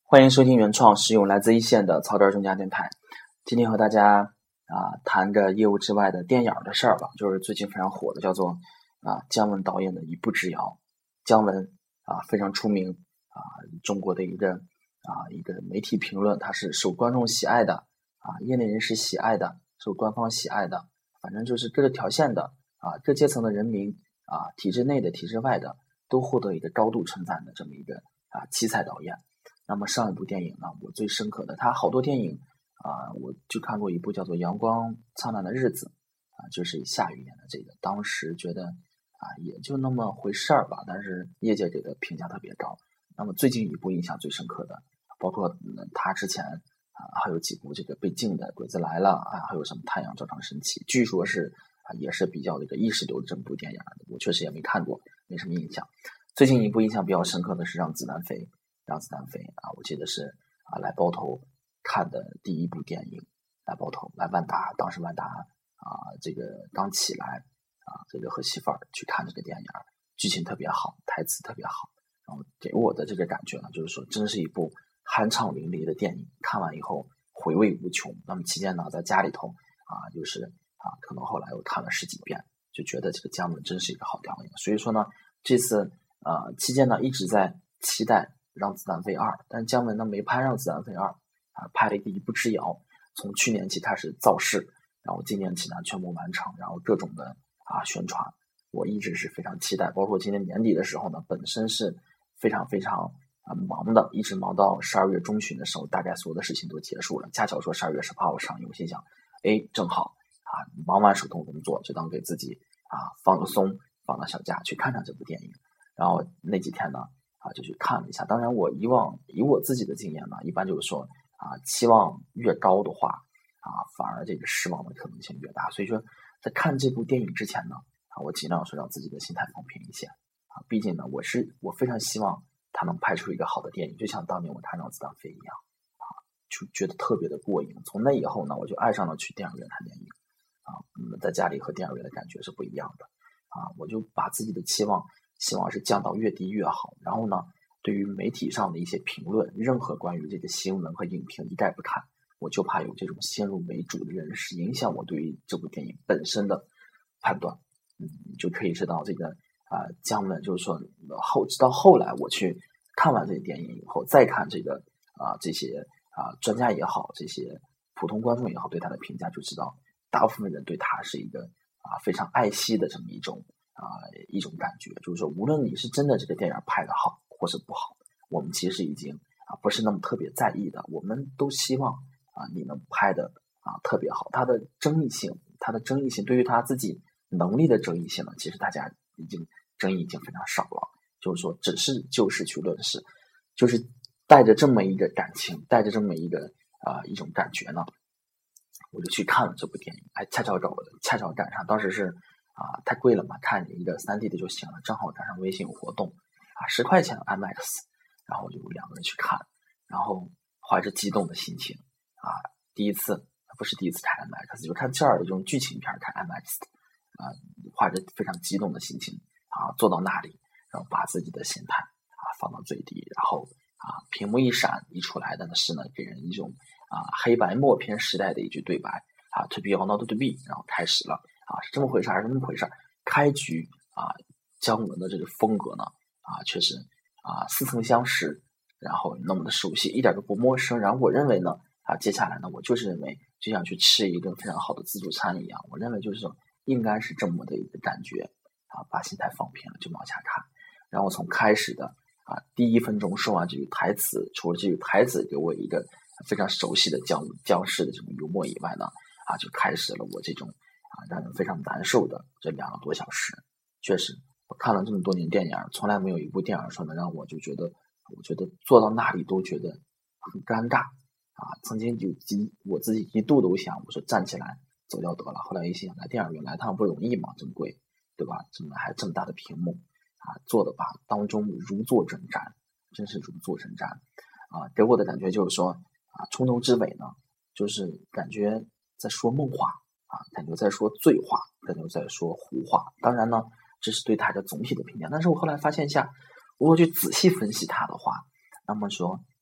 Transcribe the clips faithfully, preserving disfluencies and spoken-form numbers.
欢迎收听原创实用来自一线的草根中家电台。今天和大家啊谈着业务之外的电影的事儿吧，就是最近非常火的，叫做啊姜文导演的《一步之遥》。姜文啊非常出名啊，中国的一个啊一个媒体评论，他是受观众喜爱的啊，业内人士喜爱的，受官方喜爱的，反正就是各个条线的啊各阶层的人民啊，体制内的体制外的都获得一个高度称赞的这么一个啊奇才导演。那么上一部电影呢，我最深刻的，他好多电影啊、呃，我就看过一部叫做《阳光灿烂的日子》啊、呃，就是夏雨演的这个，当时觉得啊、呃、也就那么回事儿吧，但是业界给的评价特别高。那么最近一部印象最深刻的，包括、嗯、他之前啊、呃、还有几部这个被禁的《鬼子来了》啊，还有什么《太阳照常升起》，据说是啊、呃、也是比较这个意识流的这么部电影，我确实也没看过，没什么印象。最近一部印象比较深刻的是《让子弹飞》。让子弹飞啊！我记得是啊，来包头看的第一部电影，来包头来万达，当时万达啊，这个刚起来啊，这个和媳妇儿去看这个电影，剧情特别好，台词特别好，然后给我的这个感觉呢，就是说真是一部酣畅淋漓的电影，看完以后回味无穷。那么期间呢，在家里头啊，就是啊，可能后来又看了十几遍，就觉得这个姜文真是一个好导演。所以说呢，这次啊期间呢一直在期待让子弹飞二，但姜文呢没拍让子弹飞二啊，拍了一个一步之遥。从去年起开始造势，然后今年起呢全部完成，然后各种的啊宣传，我一直是非常期待。包括今年年底的时候呢，本身是非常非常啊忙的，一直忙到十二月中旬的时候，大概所有的事情都结束了。恰巧说十二月十八号上映，我心想，哎，正好啊忙完手头工作，就当给自己啊放个松，放个小假去看看这部电影。然后那几天呢。啊，就去看了一下。当然，我以往以我自己的经验呢，一般就是说啊，期望越高的话啊，反而这个失望的可能性越大。所以说，在看这部电影之前呢，啊，我尽量说让自己的心态放平一些啊。毕竟呢，我是我非常希望他能拍出一个好的电影，就像当年我看《让子弹飞》一样啊，就觉得特别的过瘾。从那以后呢，我就爱上了去电影院看电影啊。嗯，在家里和电影院的感觉是不一样的啊。我就把自己的期望。希望是降到越低越好。然后呢，对于媒体上的一些评论，任何关于这个新闻和影评一概不看。我就怕有这种先入为主的人士影响我对于这部电影本身的判断。嗯，就可以知道这个啊、呃，姜文就是说后直到后来我去看完这个电影以后，再看这个啊、呃、这些啊、呃、专家也好，这些普通观众也好对他的评价，就知道大部分人对他是一个啊、呃、非常爱惜的这么一种。啊、呃，一种感觉，就是说，无论你是真的这个电影拍得好，或是不好，我们其实已经啊不是那么特别在意的。我们都希望啊你能拍的啊特别好。它的争议性，它的争议性对于他自己能力的争议性呢，其实大家已经争议已经非常少了。就是说，只是就事去论事，就是带着这么一个感情，带着这么一个啊、呃、一种感觉呢，我就去看了这部电影。哎，恰巧找恰巧赶上，当时是。啊，太贵了嘛，看一个 三 D 的就行了。正好赶上微信有活动，啊，十块钱 I M A X， 然后就两个人去看，然后怀着激动的心情啊，第一次不是第一次看 I M A X， 就看这儿的这种剧情片看 I M A X， 啊，怀着非常激动的心情啊，坐到那里，然后把自己的心态啊放到最低，然后啊，屏幕一闪一出来的是呢，给人一种啊黑白默片时代的一句对白啊 ，To be or not to be， 然后开始了。啊，是这么回事还是这么回事？开局啊，姜文的这个风格呢，啊，确实啊似曾相识，然后那么的熟悉，一点都不陌生。然后我认为呢，啊，接下来呢，我就是认为就像去吃一顿非常好的自助餐一样，我认为就是说应该是这么的一个感觉啊，把心态放平了就往下看。然后从开始的啊第一分钟说完这句台词，除了这句台词给我一个非常熟悉的姜姜氏的这种幽默以外呢，啊，就开始了我这种。啊，让人非常难受的这两个多小时，确实，我看了这么多年电影，从来没有一部电影说能让我就觉得，我觉得坐到那里都觉得很尴尬啊。曾经有几我自己一度都想，我说站起来走掉得了。后来一想，来电影院来趟不容易嘛，这么贵，对吧？这么还这么大的屏幕啊，坐的吧当中如坐针毡，真是如坐针毡啊。给我的感觉就是说啊，从头至尾呢，就是感觉在说梦话。啊，感觉在说醉话，感觉在说胡话。当然呢，这是对他的总体的评价。但是我后来发现下，我去仔细分析他的话，那么说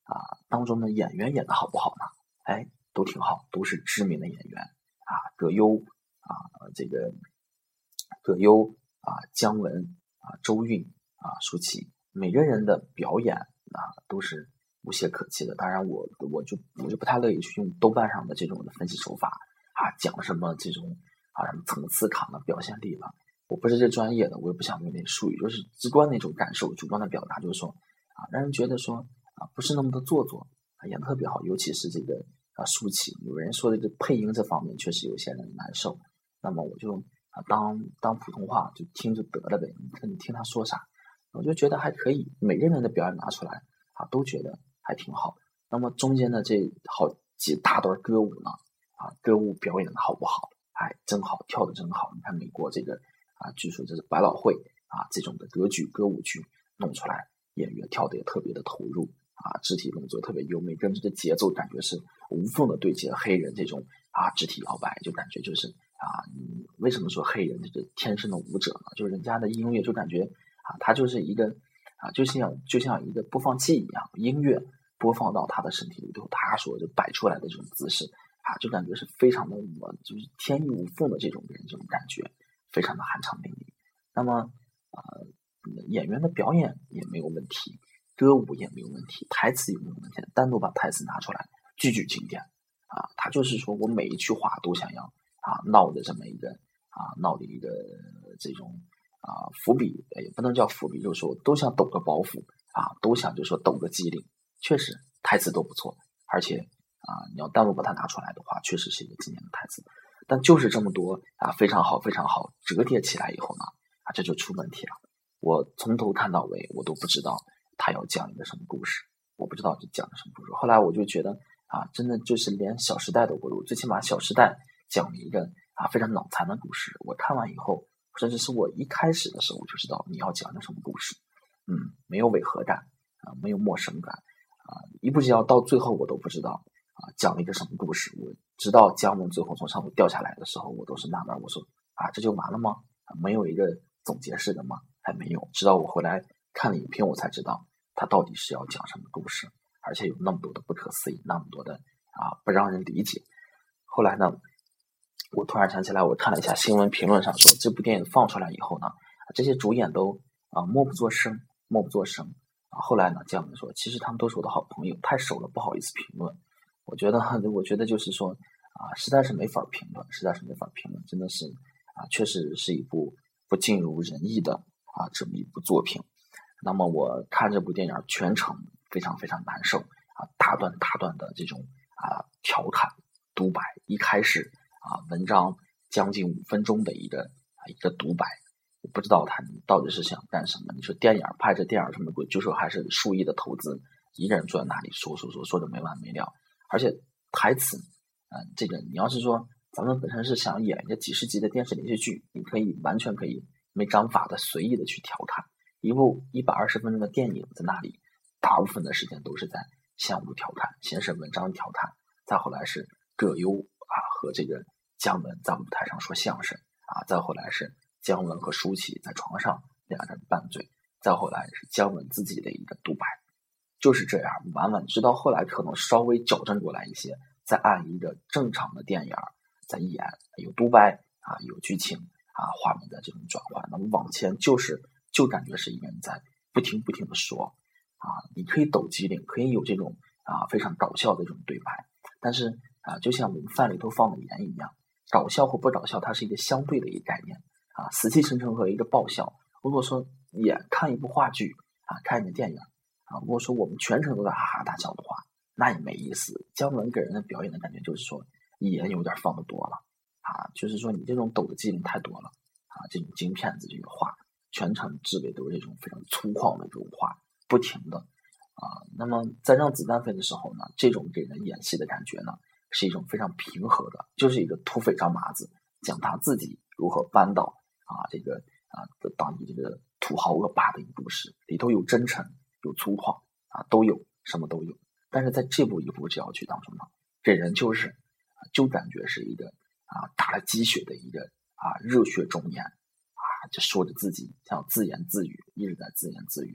啊当中的演员演的好不好呢？哎，都挺好，都是知名的演员啊，葛优啊，这个葛优啊，姜文啊，周韵啊，舒淇，每个人的表演啊都是无懈可击的。当然我，我我就我就不太乐意去用豆瓣上的这种的分析手法啊，讲什么这种啊什么层次感的表现力了。我不是这专业的，我也不想用那些术语，就是直观的一种感受，主观的表达，就是说啊，让人觉得说啊，不是那么的做作，啊，演得特别好，尤其是这个啊舒淇，有人说的这配音这方面确实有些人难受，那么我就啊当当普通话就听就得了呗，你看你听他说啥，我就觉得还可以，每个人的表演拿出来啊都觉得还挺好。那么中间的这好几大段歌舞呢，啊歌舞表演的好不好？哎，真好，跳的真好。你看美国这个啊，据说这是百老汇啊这种的歌剧、歌舞剧弄出来，演员跳的也特别的投入啊，肢体动作特别优美，跟这个节奏感觉是无缝的对接。黑人这种啊肢体摇摆，就感觉就是啊，嗯、为什么说黑人这个天生的舞者呢？就是人家的音乐就感觉啊，他就是一个啊，就像就像一个播放器一样，音乐播放到他的身体里头，他所就摆出来的这种姿势。啊，就感觉是非常的，就是天衣无缝的这种人，这种感觉非常的酣畅淋漓。那么，呃，演员的表演也没有问题，歌舞也没有问题，台词也没有问题。单独把台词拿出来，句句经典啊，他就是说我每一句话都想要啊闹的这么一个啊闹的一个这种啊伏笔，也不能叫伏笔，就是说都想抖个包袱啊，都想就是说抖个机灵。确实台词都不错，而且。啊，你要单独把它拿出来的话，确实是一个经典的台词，但就是这么多啊，非常好，非常好，折叠起来以后呢，啊，这就出问题了。我从头看到尾，我都不知道他要讲一个什么故事，我不知道这讲的什么故事。后来我就觉得啊，真的就是连《小时代》都不如，最起码《小时代》讲了一个啊非常脑残的故事。我看完以后，甚至是我一开始的时候我就知道你要讲的什么故事，嗯，没有违和感啊，没有陌生感啊，一部剧要到最后我都不知道。啊，讲了一个什么故事？我直到姜文最后从上头掉下来的时候，我都是纳闷，我说啊，这就完了吗？啊，没有一个总结式的吗？还没有。直到我回来看了影片，我才知道他到底是要讲什么故事，而且有那么多的不可思议，那么多的啊不让人理解。后来呢，我突然想起来，我看了一下新闻评论上说，这部电影放出来以后呢，这些主演都啊默不作声，默不作声。啊，后来呢，姜文说，其实他们都是我的好朋友，太熟了，不好意思评论。我觉得，我觉得就是说，啊，实在是没法评论，实在是没法评论，真的是，啊，确实是一部不尽如人意的啊这么一部作品。那么我看这部电影全程非常非常难受啊，大段大段的这种啊调侃独白，一开始啊文章将近五分钟的一个啊一个独白，我不知道他到底是想干什么。你说电影拍这电影什么鬼，就说还是数亿的投资，一个人坐在那里说说说说的没完没了。而且台词，嗯、呃，这个你要是说咱们本身是想演一个几十集的电视连续剧，你可以完全可以没章法的随意的去调侃。一部一百二十分钟的电影在那里，大部分的时间都是在相互调侃，先是文章调侃，再后来是葛优啊和这个姜文在舞台上说相声啊，再后来是姜文和舒淇在床上两人拌嘴，再后来是姜文自己的一个独白。就是这样，完完直到后来可能稍微矫正过来一些，再按一个正常的电影在演，有独白啊，有剧情啊，画面的这种转换，那么往前就是就感觉是一个人在不停不停的说啊，你可以抖机灵，可以有这种啊非常搞笑的这种对白，但是啊，就像我们饭里头放的盐一样，搞笑或不搞笑，它是一个相对的一个概念啊，死气沉沉和一个爆笑。如果说演看一部话剧啊，看一个电影。啊，如果说我们全程都在哈哈大笑的话，那也没意思。姜文给人的表演的感觉就是说，盐有点放的多了啊，就是说你这种抖的机灵太多了啊，这种京片子这个话，全程质味都是这种非常粗犷的这种话，不停的啊。那么在让子弹飞的时候呢，这种给人演戏的感觉呢，是一种非常平和的，就是一个土匪张麻子讲他自己如何扳倒啊这个啊当地这个土豪恶霸的一个故事，里头有真诚。有粗犷啊，都有，什么都有。但是在这部一部这部剧当中呢，这人就是啊，就感觉是一个啊打了鸡血的一个啊热血中年啊，就说着自己像自言自语，一直在自言自语啊，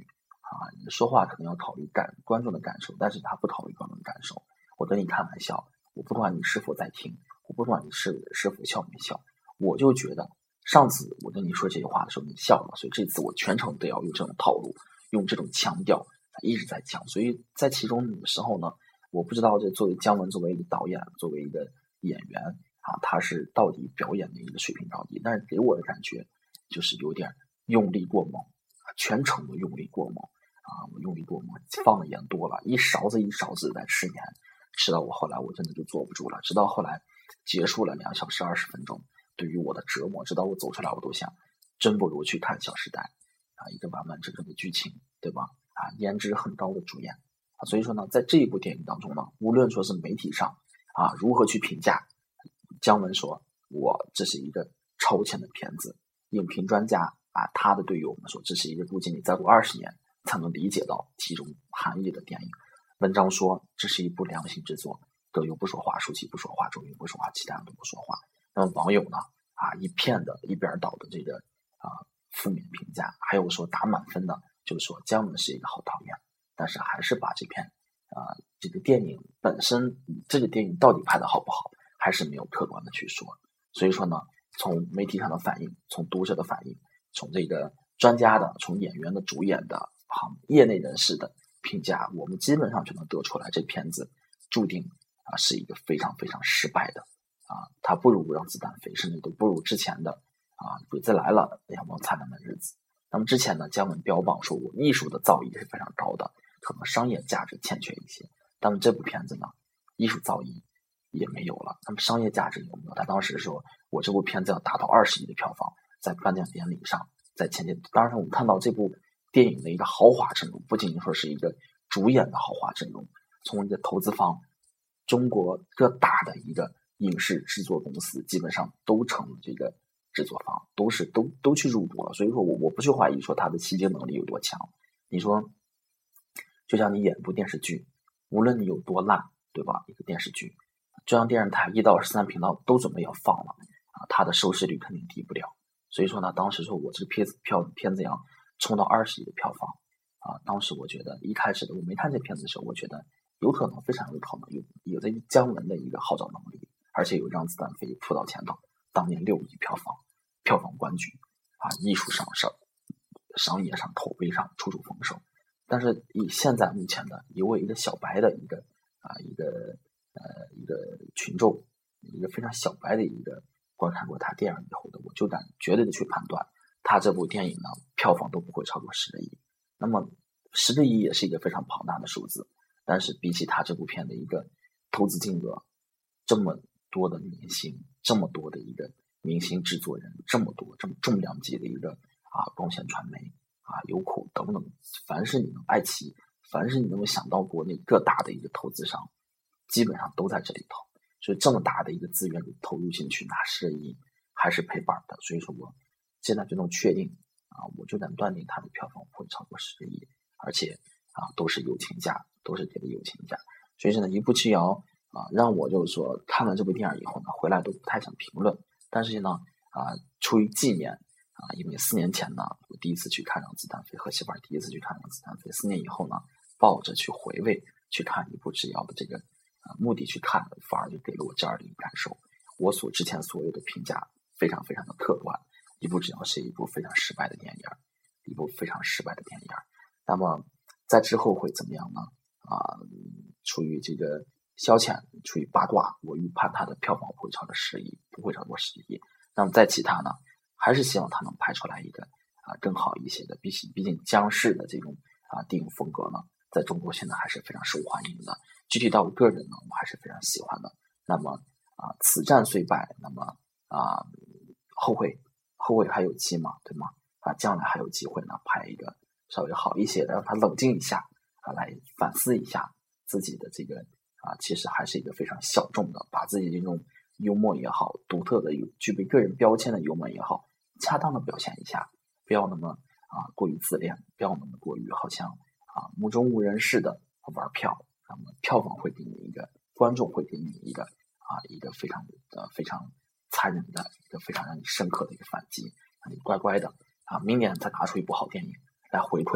啊，你说话可能要考虑感观众的感受，但是他不考虑观众的感受。我跟你开玩笑，我不管你是否在听，我不管你是是否笑没笑，我就觉得上次我跟你说这些话的时候你笑了，所以这次我全程都要用这种套路，用这种腔调一直在讲。所以在其中的时候呢，我不知道这作为姜文作为一个导演，作为一个演员啊，他是到底表演的一个水平到底，但是给我的感觉就是有点用力过猛，全程都用力过猛啊，我用力过猛，放的盐多了，一勺子一勺子在吃盐，吃到我后来我真的就坐不住了。直到后来结束了两小时二十分钟，对于我的折磨，直到我走出来，我都想，真不如去看《小时代》啊，一个完完整整的剧情，对吧？啊，颜值很高的主演啊，所以说呢，在这一部电影当中呢，无论说是媒体上啊如何去评价，姜文说，我这是一个超前的片子，影评专家啊，他的对于我们说，这是一个估计你再过二十年才能理解到其中含义的电影。文章说这是一部良心之作，葛优不说话，舒淇不说话，周云不说话，其他人都不说话。那么网友呢啊一片的一边倒的这个啊负面评价，还有说打满分的，就是说姜文是一个好导演，但是还是把这片啊这个电影本身，这个电影到底拍的好不好，还是没有客观的去说。所以说呢，从媒体上的反应，从读者的反应，从这个专家的，从演员的、主演的啊业内人士的评价，我们基本上就能得出来，这片子注定啊是一个非常非常失败的啊，它不如让子弹飞，甚至都不如之前的啊鬼子来了那样灿烂的日子。那么之前呢，姜文标榜说我艺术的造诣是非常高的，可能商业价值欠缺一些。但是这部片子呢，艺术造诣也没有了，那么商业价值有没有？他当时说我这部片子要达到二十亿的票房，在颁奖典礼上，在前届，当然我们看到这部电影的一个豪华阵容，不仅仅说是一个主演的豪华阵容，从一个投资方，中国各大的一个影视制作公司，基本上都成了这个制作方，都是都都去入驻了。所以说我我不去怀疑说他的吸金能力有多强。你说，就像你演一部电视剧，无论你有多烂，对吧？一个电视剧，中央电视台一到十三频道都准备要放了啊，它的收视率肯定低不了。所以说呢，当时说我这个片子票片子要冲到二十亿的票房啊，当时我觉得一开始的我没看这片子的时候，我觉得有可能，非常有可能有有着姜文的一个号召能力，而且有让子弹飞扑到前头，当年六亿票房，票房冠军啊，艺术上上商业上口碑上处处丰收。但是以现在目前的以我一个小白的一个啊一个呃一个群众，一个非常小白的一个观看过他电影以后的，我就敢绝对的去判断，他这部电影呢票房都不会超过十个亿。那么十个亿也是一个非常庞大的数字，但是比起他这部片的一个投资金额，这么多的明星，这么多的一个明星制作人，这么多这么重量级的一个啊光线传媒啊优酷等等，凡是你能爱奇艺，凡是你能够想到国内各大的一个投资商，基本上都在这里头。所以这么大的一个资源投入进去，拿十个亿还是赔本的。所以说我现在就能确定啊，我就敢断定它的票房不会超过十个亿，而且啊都是友情价，都是给的友情价。所以说呢，一步之遥啊，让我就是说看了这部电影以后呢，回来都不太想评论。但是呢啊，出于纪念啊，因为四年前呢，我第一次去看《让子弹飞》，和媳妇儿第一次去看《让子弹飞》，四年以后呢，抱着去回味去看一步之遥的这个啊目的去看，反而就给了我这样的一个感受。我所之前所有的评价非常非常的客观，一步之遥是一部非常失败的电影，一部非常失败的电影。那么在之后会怎么样呢？啊，出于这个消遣，出于八卦，我预判它的票房不会超过十亿，不会超过十亿。那么在其他呢，还是希望它能拍出来一个啊更好一些的。毕竟毕竟姜氏的这种啊电影风格呢，在中国现在还是非常受欢迎的。具体到我个人呢，我还是非常喜欢的。那么啊，此战虽败，那么啊后会后会还有期嘛，对吗？啊，将来还有机会呢，拍一个稍微好一些的，让他冷静一下啊，来反思一下自己的这个啊，其实还是一个非常小众的，把自己这种幽默也好，独特的有具备个人标签的幽默也好，恰当的表现一下，不要那么啊过于自恋，不要那么过于好像啊目中无人似的玩票，那么票房会给你一个，观众会给你一个啊一个非常呃非常残忍的一个非常让你深刻的一个反击，让你乖乖的啊明年再拿出一部好电影来回馈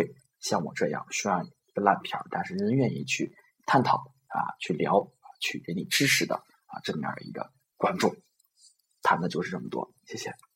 像我这样宣扬一个烂片儿，但是人愿意去探讨啊，去聊，去给你知识的啊这么样一个观众。谈的就是这么多，谢谢。